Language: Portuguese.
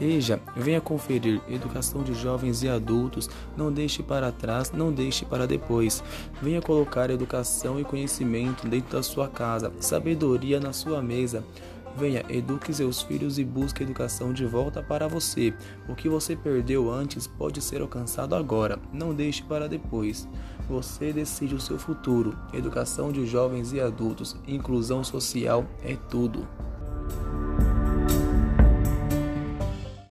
Eja, venha conferir educação de jovens e adultos, não deixe para trás, não deixe para depois. Venha colocar educação e conhecimento dentro da sua casa, sabedoria na sua mesa. Venha, eduque seus filhos e busque educação de volta para você. O que você perdeu antes pode ser alcançado agora, não deixe para depois. Você decide o seu futuro. Educação de jovens e adultos, inclusão social é tudo.